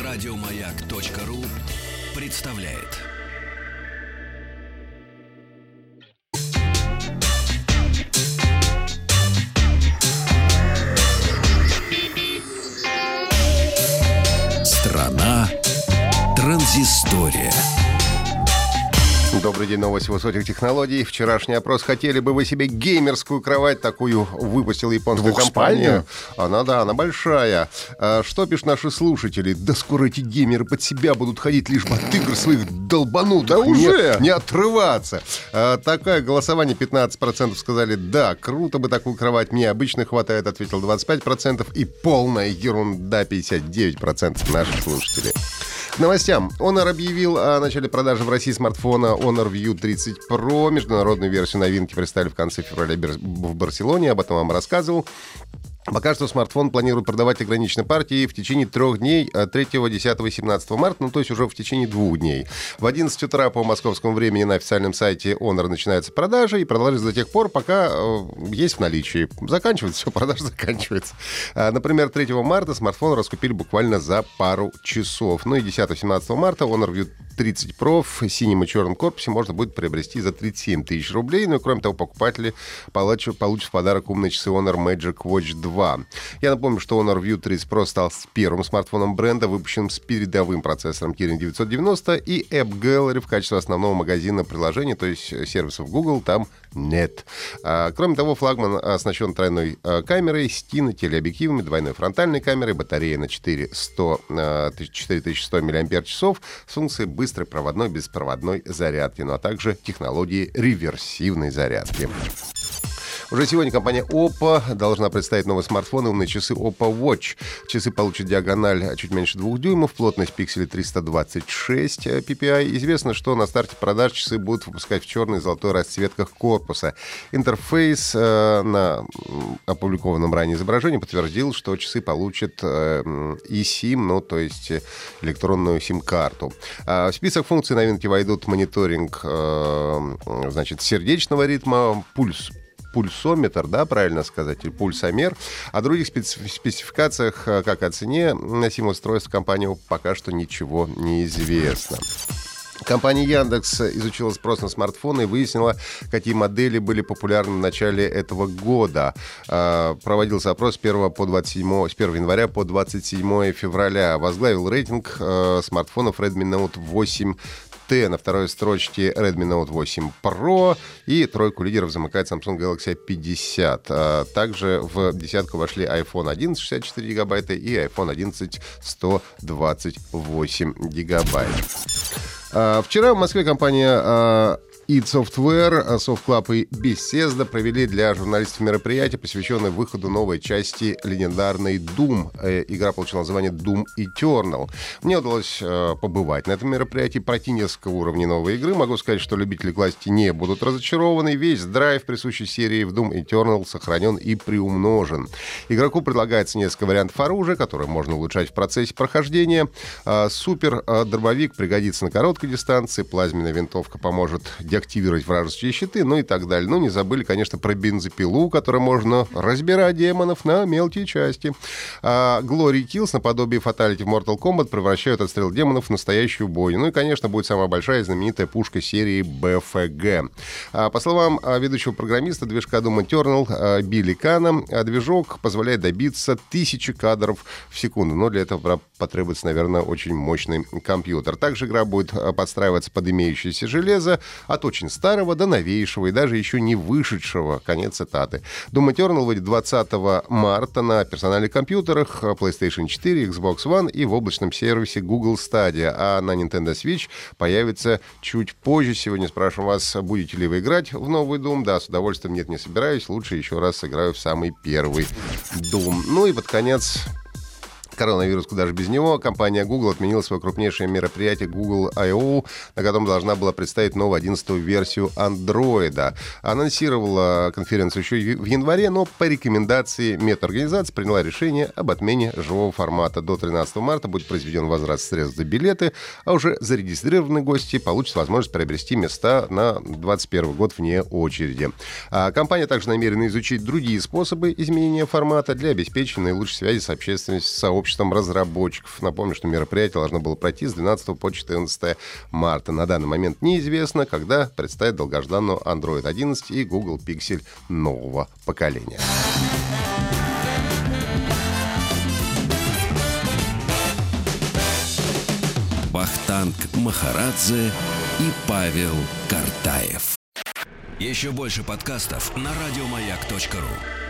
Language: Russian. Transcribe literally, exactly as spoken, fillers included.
Радиомаяк.ру представляет. Страна транзистория. Добрый день, новости высоких технологий. Вчерашний опрос: хотели бы вы себе геймерскую кровать? Такую выпустила японская компания. Она, да, она большая. А что пишут наши слушатели? Да скоро эти геймеры под себя будут ходить, лишь бы от игр своих долбанутых. Да уже! Не, не отрываться. А, такое голосование: пятнадцать процентов сказали да, круто бы такую кровать. Мне обычно хватает, ответил двадцать пять процентов. И полная ерунда, пятьдесят девять процентов наших слушателей. К новостям. Honor объявил о начале продажи в России смартфона Honor View тридцать Pro. Международную версию новинки представили в конце февраля в Барселоне. Об этом вам рассказывал. Пока что смартфон планируют продавать ограниченной партией в течение трех дней, третьего, десятого и семнадцатого марта, ну, то есть уже в течение двух дней. В одиннадцать утра по московскому времени на официальном сайте Honor начинается продажа и продолжается до тех пор, пока э, есть в наличии. Заканчивается, все, продажа заканчивается. А, например, третьего марта смартфон раскупили буквально за пару часов. Ну и десятого-семнадцатого марта Honor View тридцать Pro в синем и черном корпусе можно будет приобрести за тридцать семь тысяч рублей. Ну и кроме того, покупатели получат, получат в подарок умные часы Honor Magic Watch два. Я напомню, что Honor View тридцать Pro стал первым смартфоном бренда, выпущенным с передовым процессором Kirin девятьсот девяносто, и App Gallery в качестве основного магазина приложений, то есть сервисов Google, там нет. А, кроме того, флагман оснащен тройной а, камерой, стиной, телеобъективами, двойной фронтальной камерой, батареей на четыре тысячи сто миллиампер часов с функцией быстрой проводной беспроводной зарядки, ну а также технологии реверсивной зарядки. Уже сегодня компания Oppo должна представить новый смартфон и умные часы Oppo Watch. Часы получат диагональ чуть меньше двух дюймов, плотность пикселей триста двадцать шесть пи пи ай. Известно, что на старте продаж часы будут выпускать в черной и золотой расцветках корпуса. Интерфейс э, на опубликованном ранее изображении подтвердил, что часы получат э, eSIM, ну, то есть электронную сим-карту. А в список функций новинки войдут мониторинг э, значит, сердечного ритма, пульс, пульсометр, да, правильно сказать, или пульсомер. О других спецификациях, как о цене носимого устройства компании пока что ничего не известно. Компания Яндекс изучила спрос на смартфоны и выяснила, какие модели были популярны в начале этого года. Проводился опрос с первого января по двадцать седьмое февраля. Возглавил рейтинг смартфонов Redmi Note восемь T, на второй строчке Redmi Note восемь Pro, и тройку лидеров замыкает Samsung Galaxy пятьдесят. Также в десятку вошли iPhone одиннадцать шестьдесят четыре гигабайта и iPhone одиннадцать сто двадцать восемь гигабайт. Вчера в Москве компания id Software, Soft Club и Bethesda провели для журналистов мероприятие, посвященное выходу новой части легендарной Doom. Игра получила название Doom Eternal. Мне удалось э, побывать на этом мероприятии, пройти несколько уровней новой игры. Могу сказать, что любители классики не будут разочарованы. Весь драйв присущий серии в Doom Eternal сохранен и приумножен. Игроку предлагается несколько вариантов оружия, которые можно улучшать в процессе прохождения. Э, супер э, дробовик пригодится на короткой дистанции, плазменная винтовка поможет активировать вражеские щиты, ну и так далее. Ну, не забыли, конечно, про бензопилу, которой можно разбирать демонов на мелкие части. А Glory Kills, наподобие Fatality в Mortal Kombat, превращают отстрел демонов в настоящую бойню. Ну и, конечно, будет самая большая и знаменитая пушка серии би эф джи. А, по словам а, ведущего программиста движка Doom Eternal а, Билли Кана, а, движок позволяет добиться тысячи кадров в секунду. Но для этого потребуется, наверное, очень мощный компьютер. Также игра будет а, подстраиваться под имеющееся железо, от очень старого до новейшего и даже еще не вышедшего. Конец цитаты. Doom Eternal выйдет двадцатого марта на персональных компьютерах PlayStation четыре, Xbox One и в облачном сервисе Google Stadia. А на Nintendo Switch появится чуть позже. Сегодня спрашиваем вас, будете ли вы играть в новый Doom? Да, с удовольствием. Нет, не собираюсь. Лучше еще раз сыграю в самый первый Doom. Ну и под конец... Коронавирус, куда же без него. Компания Google отменила свое крупнейшее мероприятие Google I O, на котором должна была представить новую одиннадцатую версию Android. Анонсировала конференцию еще в январе, но по рекомендации медорганизации приняла решение об отмене живого формата. До тринадцатого марта будет произведен возврат средств за билеты, а уже зарегистрированные гости получат возможность приобрести места на двадцать первый год вне очереди. А компания также намерена изучить другие способы изменения формата для обеспечения наилучшей связи с общественностью, сообществом сообществом разработчиков. Напомню, что мероприятие должно было пройти с двенадцатого по четырнадцатое марта. На данный момент неизвестно, когда представят долгожданную Android одиннадцать и Google Pixel нового поколения. Вахтанг Махарадзе и Павел Картаев. Еще больше подкастов на радиомаяк точка ру.